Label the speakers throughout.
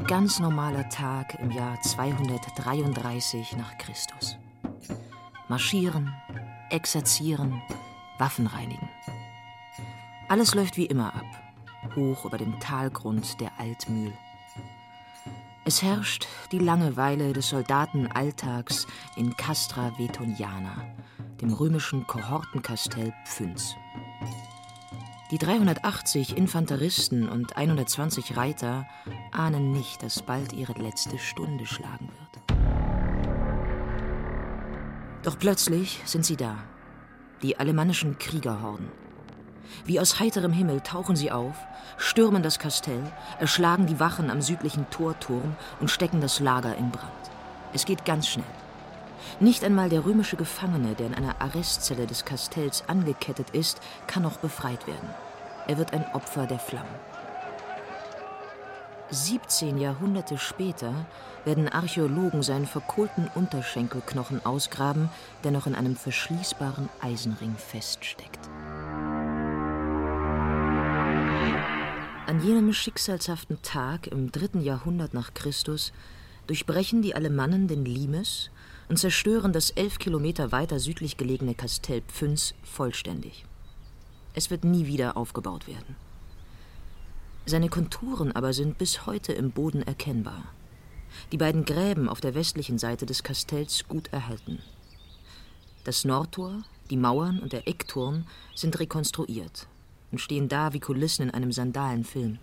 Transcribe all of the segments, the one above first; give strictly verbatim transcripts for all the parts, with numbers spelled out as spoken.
Speaker 1: ganz normaler Tag im Jahr zweihundertdreiunddreißig nach Christus. Marschieren, exerzieren, Waffen reinigen. Alles läuft wie immer ab, hoch über dem Talgrund der Altmühl. Es herrscht die Langeweile des Soldatenalltags in Castra Vetoniana, dem römischen Kohortenkastell Pfünz. Die dreihundertachtzig Infanteristen und hundertzwanzig Reiter ahnen nicht, dass bald ihre letzte Stunde schlagen wird. Doch plötzlich sind sie da, die alemannischen Kriegerhorden. Wie aus heiterem Himmel tauchen sie auf, stürmen das Kastell, erschlagen die Wachen am südlichen Torturm und stecken das Lager in Brand. Es geht ganz schnell. Nicht einmal der römische Gefangene, der in einer Arrestzelle des Kastells angekettet ist, kann noch befreit werden. Er wird ein Opfer der Flammen. siebzehn Jahrhunderte später werden Archäologen seinen verkohlten Unterschenkelknochen ausgraben, der noch in einem verschließbaren Eisenring feststeckt. An jenem schicksalshaften Tag im dritten Jahrhundert nach Christus durchbrechen die Alemannen den Limes und zerstören das elf Kilometer weiter südlich gelegene Kastell Pfünz vollständig. Es wird nie wieder aufgebaut werden. Seine Konturen aber sind bis heute im Boden erkennbar. Die beiden Gräben auf der westlichen Seite des Kastells gut erhalten. Das Nordtor, die Mauern und der Eckturm sind rekonstruiert und stehen da wie Kulissen in einem Sandalenfilm.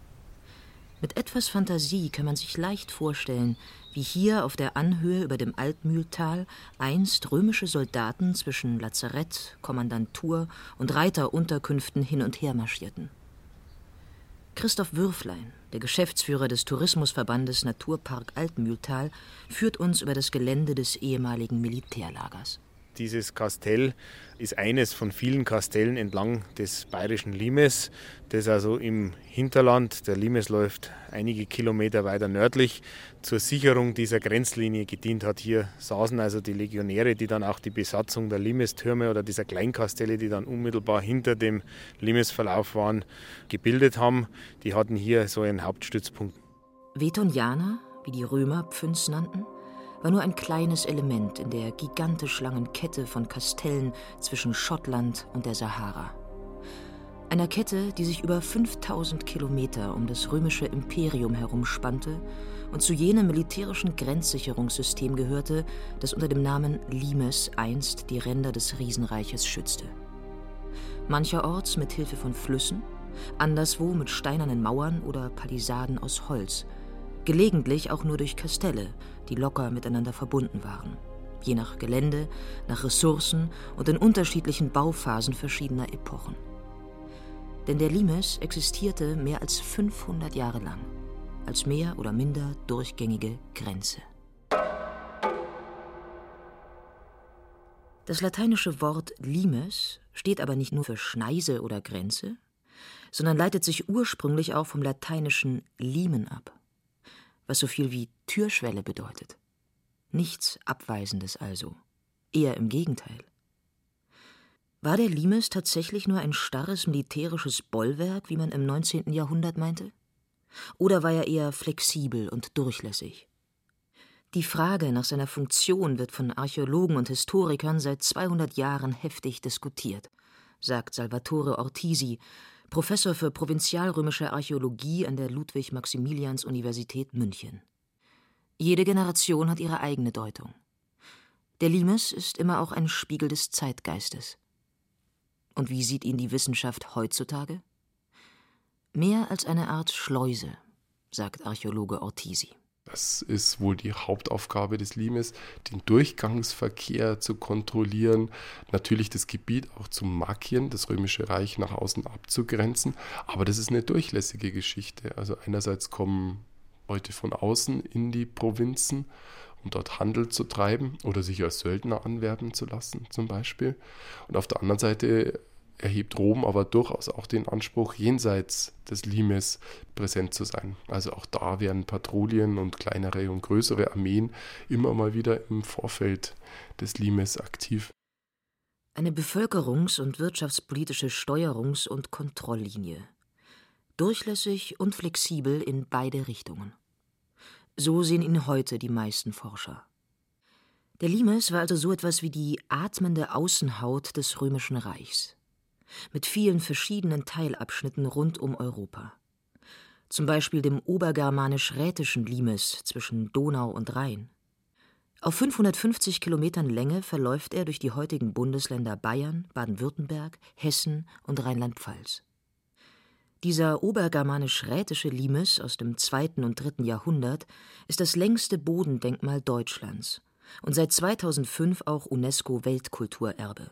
Speaker 1: Mit etwas Fantasie kann man sich leicht vorstellen, wie hier auf der Anhöhe über dem Altmühltal einst römische Soldaten zwischen Lazarett, Kommandantur und Reiterunterkünften hin und her marschierten. Christoph Würflein, der Geschäftsführer des Tourismusverbandes Naturpark Altmühltal, führt uns über das Gelände des ehemaligen Militärlagers.
Speaker 2: Dieses Kastell ist eines von vielen Kastellen entlang des bayerischen Limes, das also im Hinterland, der Limes läuft einige Kilometer weiter nördlich, zur Sicherung dieser Grenzlinie gedient hat. Hier saßen also die Legionäre, die dann auch die Besatzung der Limestürme oder dieser Kleinkastelle, die dann unmittelbar hinter dem Limesverlauf waren, gebildet haben. Die hatten hier so einen Hauptstützpunkt.
Speaker 1: Vetoniana, wie die Römer Pfünz nannten, war nur ein kleines Element in der gigantisch langen Kette von Kastellen zwischen Schottland und der Sahara. Einer Kette, die sich über fünftausend Kilometer um das römische Imperium herumspannte und zu jenem militärischen Grenzsicherungssystem gehörte, das unter dem Namen Limes einst die Ränder des Riesenreiches schützte. Mancherorts mit Hilfe von Flüssen, anderswo mit steinernen Mauern oder Palisaden aus Holz, gelegentlich auch nur durch Kastelle, die locker miteinander verbunden waren, je nach Gelände, nach Ressourcen und in unterschiedlichen Bauphasen verschiedener Epochen. Denn der Limes existierte mehr als fünfhundert Jahre lang, als mehr oder minder durchgängige Grenze. Das lateinische Wort limes steht aber nicht nur für Schneise oder Grenze, sondern leitet sich ursprünglich auch vom lateinischen limen ab, was so viel wie Türschwelle bedeutet. Nichts Abweisendes also, eher im Gegenteil. War der Limes tatsächlich nur ein starres militärisches Bollwerk, wie man im neunzehnten Jahrhundert meinte? Oder war er eher flexibel und durchlässig? Die Frage nach seiner Funktion wird von Archäologen und Historikern seit zweihundert Jahren heftig diskutiert, sagt Salvatore Ortisi, Professor für provinzialrömische Archäologie an der Ludwig-Maximilians-Universität München. Jede Generation hat ihre eigene Deutung. Der Limes ist immer auch ein Spiegel des Zeitgeistes. Und wie sieht ihn die Wissenschaft heutzutage? Mehr als eine Art Schleuse, sagt Archäologe Ortisi.
Speaker 3: Das ist wohl die Hauptaufgabe des Limes, den Durchgangsverkehr zu kontrollieren, natürlich das Gebiet auch zu markieren, das Römische Reich nach außen abzugrenzen. Aber das ist eine durchlässige Geschichte. Also einerseits kommen Leute von außen in die Provinzen, um dort Handel zu treiben oder sich als Söldner anwerben zu lassen zum Beispiel. Und auf der anderen Seite erhebt Rom aber durchaus auch den Anspruch, jenseits des Limes präsent zu sein. Also auch da werden Patrouillen und kleinere und größere Armeen immer mal wieder im Vorfeld des Limes aktiv.
Speaker 1: Eine bevölkerungs- und wirtschaftspolitische Steuerungs- und Kontrolllinie. Durchlässig und flexibel in beide Richtungen. So sehen ihn heute die meisten Forscher. Der Limes war also so etwas wie die atmende Außenhaut des Römischen Reichs, mit vielen verschiedenen Teilabschnitten rund um Europa. Zum Beispiel dem obergermanisch-rätischen Limes zwischen Donau und Rhein. Auf fünfhundertfünfzig Kilometern Länge verläuft er durch die heutigen Bundesländer Bayern, Baden-Württemberg, Hessen und Rheinland-Pfalz. Dieser obergermanisch-rätische Limes aus dem zweiten und dritten Jahrhundert ist das längste Bodendenkmal Deutschlands und seit zweitausendfünf auch UNESCO-Weltkulturerbe.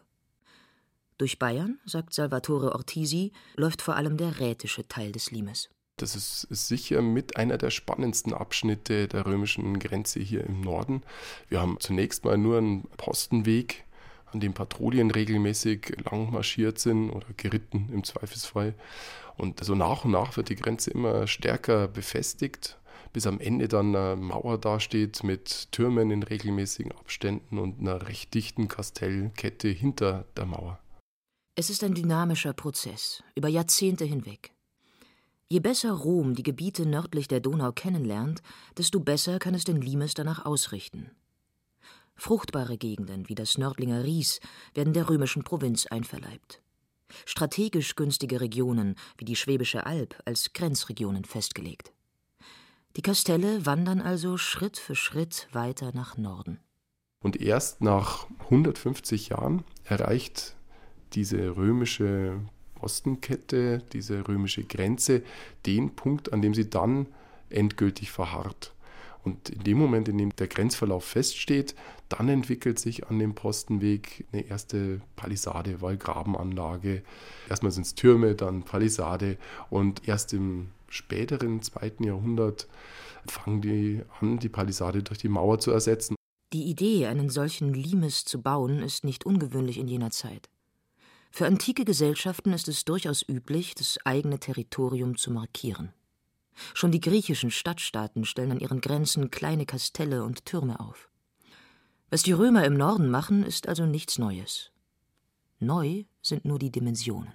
Speaker 1: Durch Bayern, sagt Salvatore Ortisi, läuft vor allem der rätische Teil des Limes.
Speaker 3: Das ist, ist sicher mit einer der spannendsten Abschnitte der römischen Grenze hier im Norden. Wir haben zunächst mal nur einen Postenweg, an dem Patrouillen regelmäßig lang marschiert sind oder geritten im Zweifelsfall. Und so nach und nach wird die Grenze immer stärker befestigt, bis am Ende dann eine Mauer dasteht mit Türmen in regelmäßigen Abständen und einer recht dichten Kastellkette hinter der Mauer.
Speaker 1: Es ist ein dynamischer Prozess, über Jahrzehnte hinweg. Je besser Rom die Gebiete nördlich der Donau kennenlernt, desto besser kann es den Limes danach ausrichten. Fruchtbare Gegenden wie das Nördlinger Ries werden der römischen Provinz einverleibt. Strategisch günstige Regionen wie die Schwäbische Alb als Grenzregionen festgelegt. Die Kastelle wandern also Schritt für Schritt weiter nach Norden.
Speaker 3: Und erst nach hundertfünfzig Jahren erreicht diese römische Postenkette, diese römische Grenze, den Punkt, an dem sie dann endgültig verharrt. Und in dem Moment, in dem der Grenzverlauf feststeht, dann entwickelt sich an dem Postenweg eine erste Palisade, Wallgrabenanlage. Erstmal sind es Türme, dann Palisade und erst im späteren zweiten Jahrhundert fangen die an, die Palisade durch die Mauer zu ersetzen.
Speaker 1: Die Idee, einen solchen Limes zu bauen, ist nicht ungewöhnlich in jener Zeit. Für antike Gesellschaften ist es durchaus üblich, das eigene Territorium zu markieren. Schon die griechischen Stadtstaaten stellen an ihren Grenzen kleine Kastelle und Türme auf. Was die Römer im Norden machen, ist also nichts Neues. Neu sind nur die Dimensionen.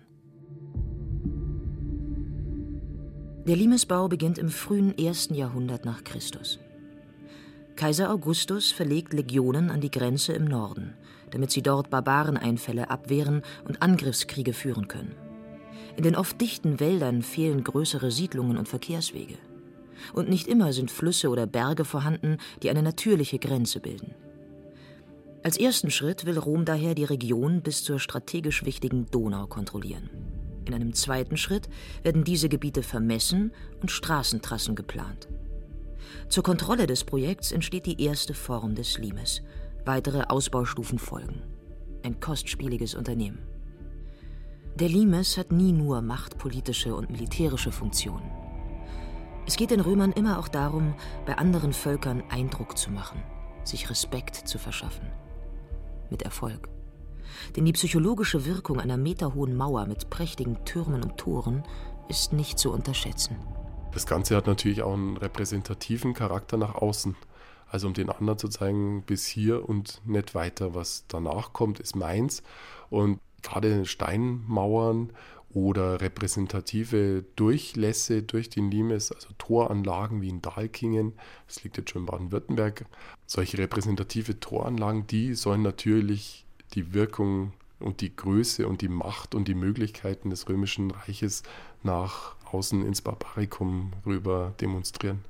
Speaker 1: Der Limesbau beginnt im frühen ersten Jahrhundert nach Christus. Kaiser Augustus verlegt Legionen an die Grenze im Norden, damit sie dort Barbareneinfälle abwehren und Angriffskriege führen können. In den oft dichten Wäldern fehlen größere Siedlungen und Verkehrswege. Und nicht immer sind Flüsse oder Berge vorhanden, die eine natürliche Grenze bilden. Als ersten Schritt will Rom daher die Region bis zur strategisch wichtigen Donau kontrollieren. In einem zweiten Schritt werden diese Gebiete vermessen und Straßentrassen geplant. Zur Kontrolle des Projekts entsteht die erste Form des Limes. Weitere Ausbaustufen folgen. Ein kostspieliges Unternehmen. Der Limes hat nie nur machtpolitische und militärische Funktionen. Es geht den Römern immer auch darum, bei anderen Völkern Eindruck zu machen, sich Respekt zu verschaffen. Mit Erfolg. Denn die psychologische Wirkung einer meterhohen Mauer mit prächtigen Türmen und Toren ist nicht zu unterschätzen.
Speaker 3: Das Ganze hat natürlich auch einen repräsentativen Charakter nach außen. Also um den anderen zu zeigen, bis hier und nicht weiter. Was danach kommt, ist meins. Und gerade Steinmauern oder repräsentative Durchlässe durch den Limes, also Toranlagen wie in Dalkingen, das liegt jetzt schon in Baden-Württemberg, solche repräsentative Toranlagen, die sollen natürlich die Wirkung und die Größe und die Macht und die Möglichkeiten des Römischen Reiches nach außen ins Barbarikum rüber demonstrieren.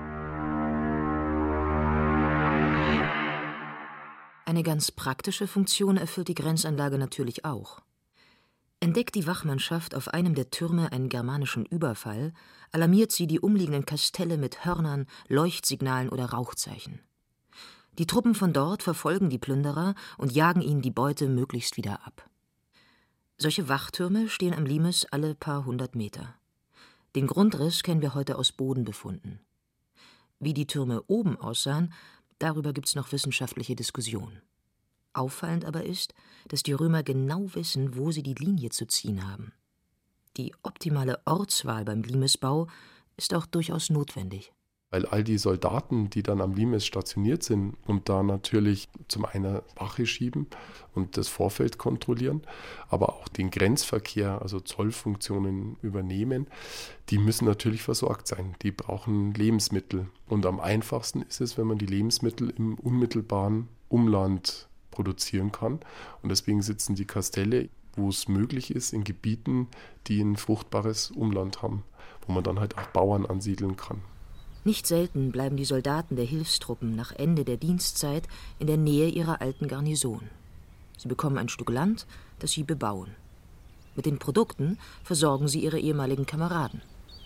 Speaker 1: Eine ganz praktische Funktion erfüllt die Grenzanlage natürlich auch. Entdeckt die Wachmannschaft auf einem der Türme einen germanischen Überfall, alarmiert sie die umliegenden Kastelle mit Hörnern, Leuchtsignalen oder Rauchzeichen. Die Truppen von dort verfolgen die Plünderer und jagen ihnen die Beute möglichst wieder ab. Solche Wachtürme stehen am Limes alle paar hundert Meter. Den Grundriss kennen wir heute aus Bodenbefunden. Wie die Türme oben aussahen, darüber gibt es noch wissenschaftliche Diskussionen. Auffallend aber ist, dass die Römer genau wissen, wo sie die Linie zu ziehen haben. Die optimale Ortswahl beim Limesbau ist auch durchaus notwendig.
Speaker 3: Weil all die Soldaten, die dann am Limes stationiert sind und da natürlich zum einen Wache schieben und das Vorfeld kontrollieren, aber auch den Grenzverkehr, also Zollfunktionen übernehmen, die müssen natürlich versorgt sein. Die brauchen Lebensmittel. Und am einfachsten ist es, wenn man die Lebensmittel im unmittelbaren Umland produzieren kann. Und deswegen sitzen die Kastelle, wo es möglich ist, in Gebieten, die ein fruchtbares Umland haben, wo man dann halt auch Bauern ansiedeln kann.
Speaker 1: Nicht selten bleiben die Soldaten der Hilfstruppen nach Ende der Dienstzeit in der Nähe ihrer alten Garnison. Sie bekommen ein Stück Land, das sie bebauen. Mit den Produkten versorgen sie ihre ehemaligen Kameraden.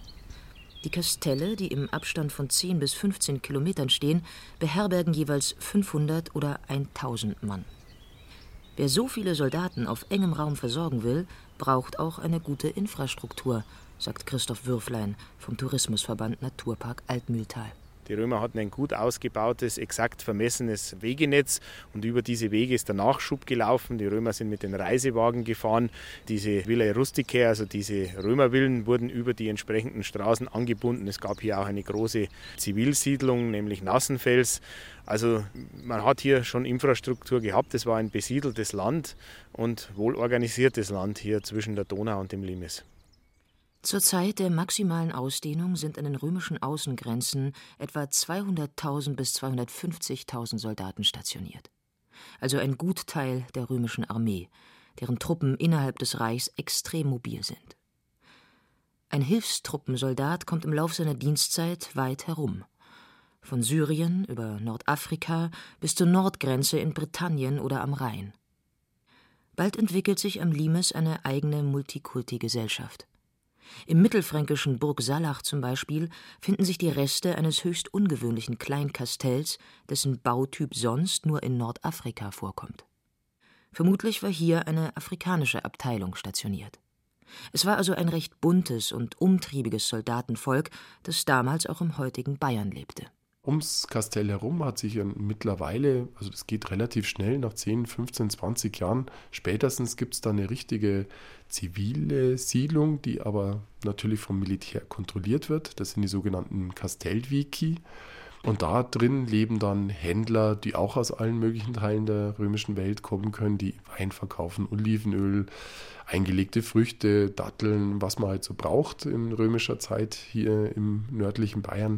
Speaker 1: Die Kastelle, die im Abstand von zehn bis fünfzehn Kilometern stehen, beherbergen jeweils fünfhundert oder tausend Mann. Wer so viele Soldaten auf engem Raum versorgen will, braucht auch eine gute Infrastruktur, sagt Christoph Würflein vom Tourismusverband Naturpark Altmühltal.
Speaker 2: Die Römer hatten ein gut ausgebautes, exakt vermessenes Wegenetz und über diese Wege ist der Nachschub gelaufen. Die Römer sind mit den Reisewagen gefahren. Diese Villae Rusticae, also diese Römervillen, wurden über die entsprechenden Straßen angebunden. Es gab hier auch eine große Zivilsiedlung, nämlich Nassenfels. Also man hat hier schon Infrastruktur gehabt. Es war ein besiedeltes Land und wohlorganisiertes Land hier zwischen der Donau und dem Limes.
Speaker 1: Zur Zeit der maximalen Ausdehnung sind an den römischen Außengrenzen etwa zweihunderttausend bis zweihundertfünfzigtausend Soldaten stationiert. Also ein Gutteil der römischen Armee, deren Truppen innerhalb des Reichs extrem mobil sind. Ein Hilfstruppensoldat kommt im Lauf seiner Dienstzeit weit herum. Von Syrien über Nordafrika bis zur Nordgrenze in Britannien oder am Rhein. Bald entwickelt sich am Limes eine eigene Multikulti-Gesellschaft. Im mittelfränkischen Burg Sallach zum Beispiel finden sich die Reste eines höchst ungewöhnlichen Kleinkastells, dessen Bautyp sonst nur in Nordafrika vorkommt. Vermutlich war hier eine afrikanische Abteilung stationiert. Es war also ein recht buntes und umtriebiges Soldatenvolk, das damals auch im heutigen Bayern lebte.
Speaker 3: Ums Kastell herum hat sich mittlerweile, also das geht relativ schnell, nach zehn, fünfzehn, zwanzig Jahren, spätestens gibt es da eine richtige zivile Siedlung, die aber natürlich vom Militär kontrolliert wird. Das sind die sogenannten Kastellviki. Und da drin leben dann Händler, die auch aus allen möglichen Teilen der römischen Welt kommen können, die Wein verkaufen, Olivenöl, eingelegte Früchte, Datteln, was man halt so braucht in römischer Zeit hier im nördlichen Bayern.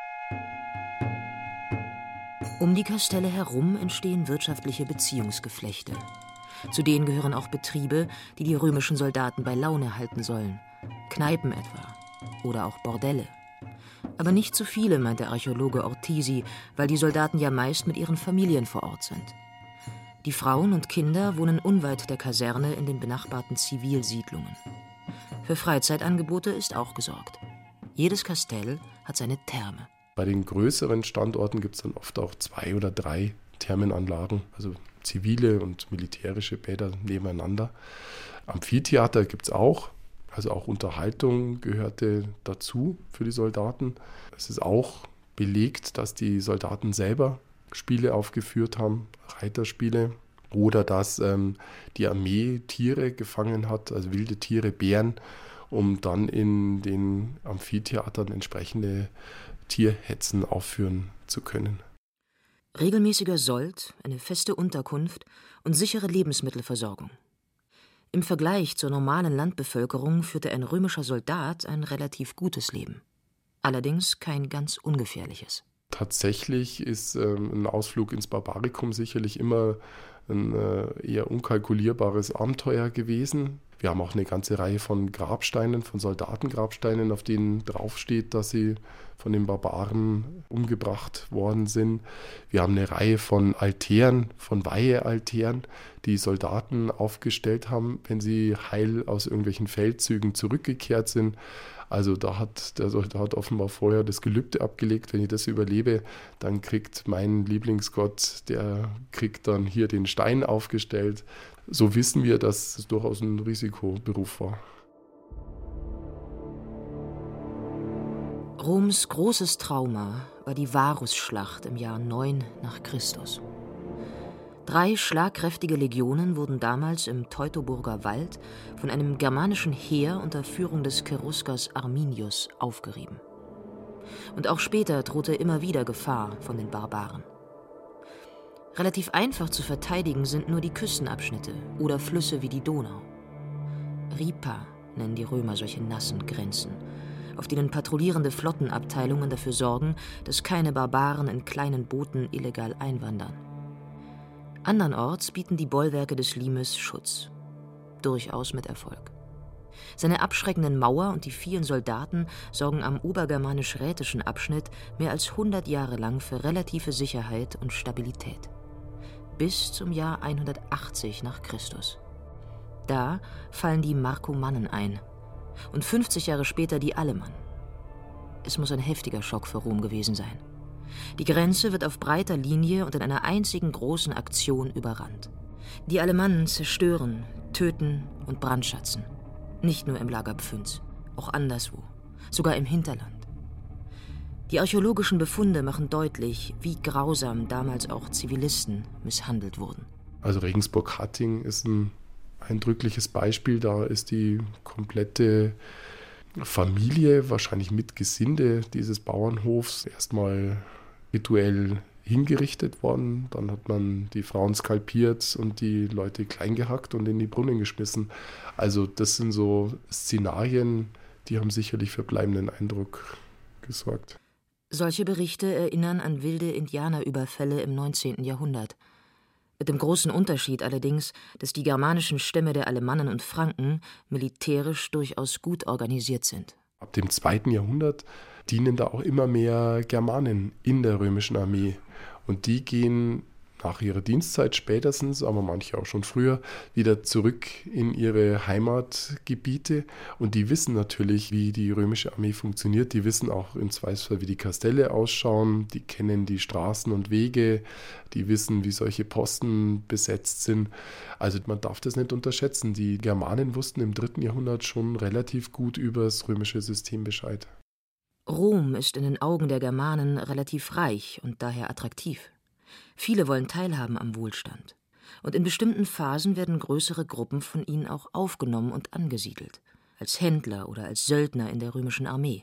Speaker 1: Um die Kastelle herum entstehen wirtschaftliche Beziehungsgeflechte. Zu denen gehören auch Betriebe, die die römischen Soldaten bei Laune halten sollen. Kneipen etwa. Oder auch Bordelle. Aber nicht zu viele, meint der Archäologe Ortisi, weil die Soldaten ja meist mit ihren Familien vor Ort sind. Die Frauen und Kinder wohnen unweit der Kaserne in den benachbarten Zivilsiedlungen. Für Freizeitangebote ist auch gesorgt. Jedes Kastell hat seine Therme.
Speaker 3: Bei den größeren Standorten gibt es dann oft auch zwei oder drei Thermenanlagen, also zivile und militärische Bäder nebeneinander. Amphitheater gibt es auch, also auch Unterhaltung gehörte dazu für die Soldaten. Es ist auch belegt, dass die Soldaten selber Spiele aufgeführt haben, Reiterspiele, oder dass ähm, die Armee Tiere gefangen hat, also wilde Tiere, Bären, um dann in den Amphitheatern entsprechende Tierhetzen aufführen zu können.
Speaker 1: Regelmäßiger Sold, eine feste Unterkunft und sichere Lebensmittelversorgung. Im Vergleich zur normalen Landbevölkerung führte ein römischer Soldat ein relativ gutes Leben. Allerdings kein ganz ungefährliches.
Speaker 3: Tatsächlich ist ähm, ein Ausflug ins Barbarikum sicherlich immer ein äh, eher unkalkulierbares Abenteuer gewesen. Wir haben auch eine ganze Reihe von Grabsteinen, von Soldatengrabsteinen, auf denen draufsteht, dass sie von den Barbaren umgebracht worden sind. Wir haben eine Reihe von Altären, von Weihealtären, die Soldaten aufgestellt haben, wenn sie heil aus irgendwelchen Feldzügen zurückgekehrt sind. Also da hat der Soldat offenbar vorher das Gelübde abgelegt, wenn ich das überlebe, dann kriegt mein Lieblingsgott, der kriegt dann hier den Stein aufgestellt. So wissen wir, dass es durchaus ein Risikoberuf war.
Speaker 1: Roms großes Trauma war die Varusschlacht im Jahr neun nach Christus. Drei schlagkräftige Legionen wurden damals im Teutoburger Wald von einem germanischen Heer unter Führung des Cheruskers Arminius aufgerieben. Und auch später drohte immer wieder Gefahr von den Barbaren. Relativ einfach zu verteidigen sind nur die Küstenabschnitte oder Flüsse wie die Donau. Ripa nennen die Römer solche nassen Grenzen, auf denen patrouillierende Flottenabteilungen dafür sorgen, dass keine Barbaren in kleinen Booten illegal einwandern. Andernorts bieten die Bollwerke des Limes Schutz. Durchaus mit Erfolg. Seine abschreckenden Mauer und die vielen Soldaten sorgen am obergermanisch-rätischen Abschnitt mehr als hundert Jahre lang für relative Sicherheit und Stabilität. Bis zum Jahr hundertachtzig nach Christus. Da fallen die Markomannen ein und fünfzig Jahre später die Alemannen. Es muss ein heftiger Schock für Rom gewesen sein. Die Grenze wird auf breiter Linie und in einer einzigen großen Aktion überrannt. Die Alemannen zerstören, töten und brandschatzen. Nicht nur im Lager Pfünz, auch anderswo, sogar im Hinterland. Die archäologischen Befunde machen deutlich, wie grausam damals auch Zivilisten misshandelt wurden.
Speaker 3: Also Regensburg-Hatting ist ein eindrückliches Beispiel. Da ist die komplette Familie, wahrscheinlich mit Gesinde dieses Bauernhofs, erstmal rituell hingerichtet worden. Dann hat man die Frauen skalpiert und die Leute klein gehackt und in die Brunnen geschmissen. Also das sind so Szenarien, die haben sicherlich für bleibenden Eindruck gesorgt.
Speaker 1: Solche Berichte erinnern an wilde Indianerüberfälle im neunzehnten Jahrhundert. Mit dem großen Unterschied allerdings, dass die germanischen Stämme der Alemannen und Franken militärisch durchaus gut organisiert sind.
Speaker 3: Ab dem zweiten Jahrhundert dienen da auch immer mehr Germanen in der römischen Armee. Und die gehen nach ihrer Dienstzeit spätestens, aber manche auch schon früher, wieder zurück in ihre Heimatgebiete. Und die wissen natürlich, wie die römische Armee funktioniert. Die wissen auch im Zweifelsfall, wie die Kastelle ausschauen. Die kennen die Straßen und Wege. Die wissen, wie solche Posten besetzt sind. Also man darf das nicht unterschätzen. Die Germanen wussten im dritten Jahrhundert schon relativ gut über das römische System Bescheid.
Speaker 1: Rom ist in den Augen der Germanen relativ reich und daher attraktiv. Viele wollen teilhaben am Wohlstand. Und in bestimmten Phasen werden größere Gruppen von ihnen auch aufgenommen und angesiedelt, als Händler oder als Söldner in der römischen Armee.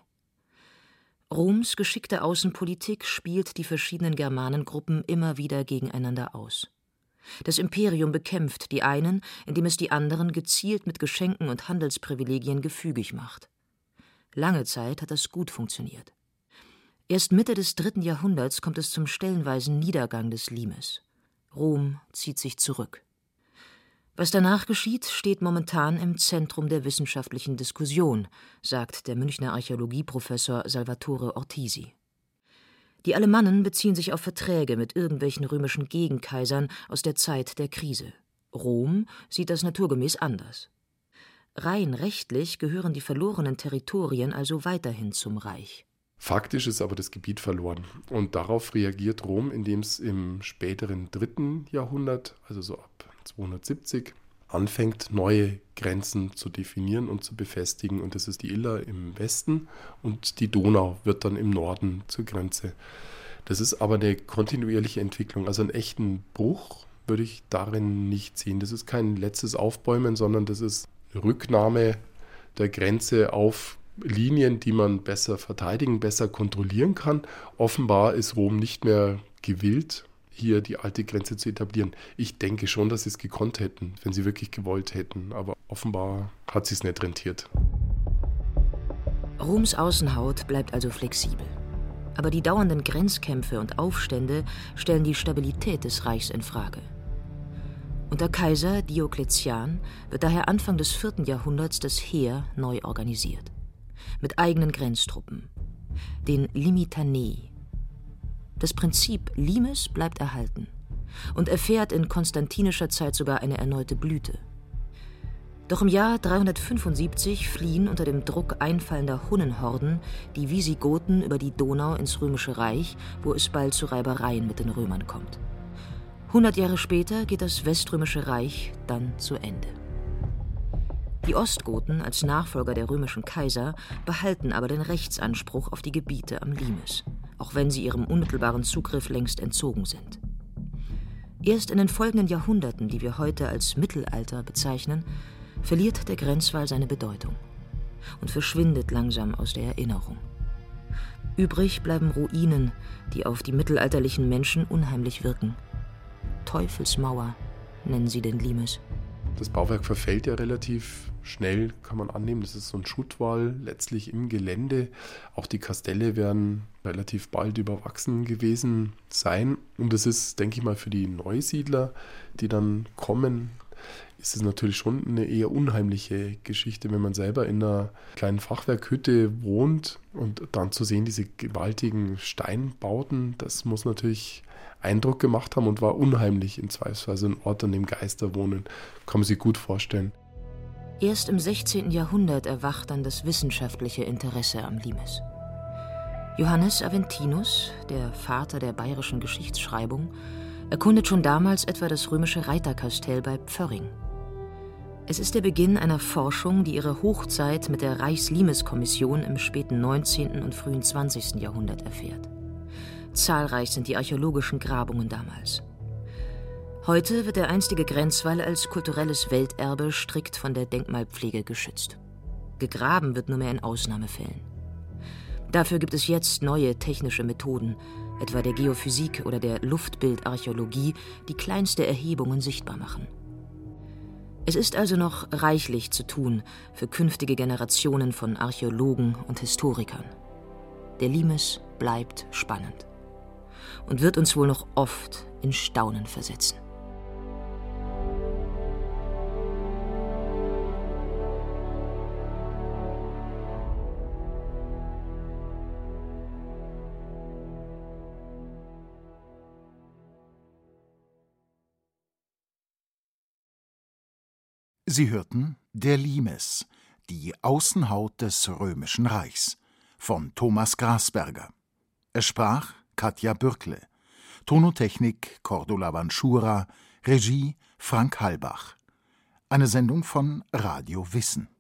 Speaker 1: Roms geschickte Außenpolitik spielt die verschiedenen Germanengruppen immer wieder gegeneinander aus. Das Imperium bekämpft die einen, indem es die anderen gezielt mit Geschenken und Handelsprivilegien gefügig macht. Lange Zeit hat das gut funktioniert. Erst Mitte des dritten Jahrhunderts kommt es zum stellenweisen Niedergang des Limes. Rom zieht sich zurück. Was danach geschieht, steht momentan im Zentrum der wissenschaftlichen Diskussion, sagt der Münchner Archäologieprofessor Salvatore Ortisi. Die Alemannen beziehen sich auf Verträge mit irgendwelchen römischen Gegenkaisern aus der Zeit der Krise. Rom sieht das naturgemäß anders. Rein rechtlich gehören die verlorenen Territorien also weiterhin zum Reich.
Speaker 3: Faktisch ist aber das Gebiet verloren. Und darauf reagiert Rom, indem es im späteren dritten Jahrhundert, also so ab zweihundertsiebzig, anfängt, neue Grenzen zu definieren und zu befestigen. Und das ist die Iller im Westen und die Donau wird dann im Norden zur Grenze. Das ist aber eine kontinuierliche Entwicklung. Also einen echten Bruch würde ich darin nicht sehen. Das ist kein letztes Aufbäumen, sondern das ist eine Rücknahme der Grenze auf Linien, die man besser verteidigen, besser kontrollieren kann. Offenbar ist Rom nicht mehr gewillt, hier die alte Grenze zu etablieren. Ich denke schon, dass sie es gekonnt hätten, wenn sie wirklich gewollt hätten. Aber offenbar hat sie es nicht rentiert.
Speaker 1: Roms Außenhaut bleibt also flexibel. Aber die dauernden Grenzkämpfe und Aufstände stellen die Stabilität des Reichs in Frage. Unter Kaiser Diokletian wird daher Anfang des vierten Jahrhunderts das Heer neu organisiert. Mit eigenen Grenztruppen, den Limitanei. Das Prinzip Limes bleibt erhalten und erfährt in konstantinischer Zeit sogar eine erneute Blüte. Doch im Jahr dreihundertfünfundsiebzig fliehen unter dem Druck einfallender Hunnenhorden die Visigoten über die Donau ins Römische Reich, wo es bald zu Reibereien mit den Römern kommt. Hundert Jahre später geht das Weströmische Reich dann zu Ende. Die Ostgoten als Nachfolger der römischen Kaiser behalten aber den Rechtsanspruch auf die Gebiete am Limes, auch wenn sie ihrem unmittelbaren Zugriff längst entzogen sind. Erst in den folgenden Jahrhunderten, die wir heute als Mittelalter bezeichnen, verliert der Grenzwall seine Bedeutung und verschwindet langsam aus der Erinnerung. Übrig bleiben Ruinen, die auf die mittelalterlichen Menschen unheimlich wirken. Teufelsmauer nennen sie den Limes.
Speaker 3: Das Bauwerk verfällt ja relativ schnell, kann man annehmen. Das ist so ein Schuttwall letztlich im Gelände. Auch die Kastelle werden relativ bald überwachsen gewesen sein. Und das ist, denke ich mal, für die Neusiedler, die dann kommen, ist es natürlich schon eine eher unheimliche Geschichte, wenn man selber in einer kleinen Fachwerkhütte wohnt und dann zu sehen, diese gewaltigen Steinbauten, das muss natürlich Eindruck gemacht haben und war unheimlich im Zweifelsfall, so ein Ort, an dem Geister wohnen. Kann man sich gut vorstellen.
Speaker 1: Erst im sechzehnten Jahrhundert erwacht dann das wissenschaftliche Interesse am Limes. Johannes Aventinus, der Vater der bayerischen Geschichtsschreibung, erkundet schon damals etwa das römische Reiterkastell bei Pförring. Es ist der Beginn einer Forschung, die ihre Hochzeit mit der Reichslimeskommission im späten neunzehnten und frühen zwanzigsten Jahrhundert erfährt. Zahlreich sind die archäologischen Grabungen damals. Heute wird der einstige Grenzwall als kulturelles Welterbe strikt von der Denkmalpflege geschützt. Gegraben wird nur mehr in Ausnahmefällen. Dafür gibt es jetzt neue technische Methoden, etwa der Geophysik oder der Luftbildarchäologie, die kleinste Erhebungen sichtbar machen. Es ist also noch reichlich zu tun für künftige Generationen von Archäologen und Historikern. Der Limes bleibt spannend und wird uns wohl noch oft in Staunen versetzen.
Speaker 4: Sie hörten Der Limes, die Außenhaut des Römischen Reichs von Thomas Grasberger. Es sprach Katja Bürkle, Tonotechnik Cordula Vanschura, Regie Frank Halbach. Eine Sendung von Radio Wissen.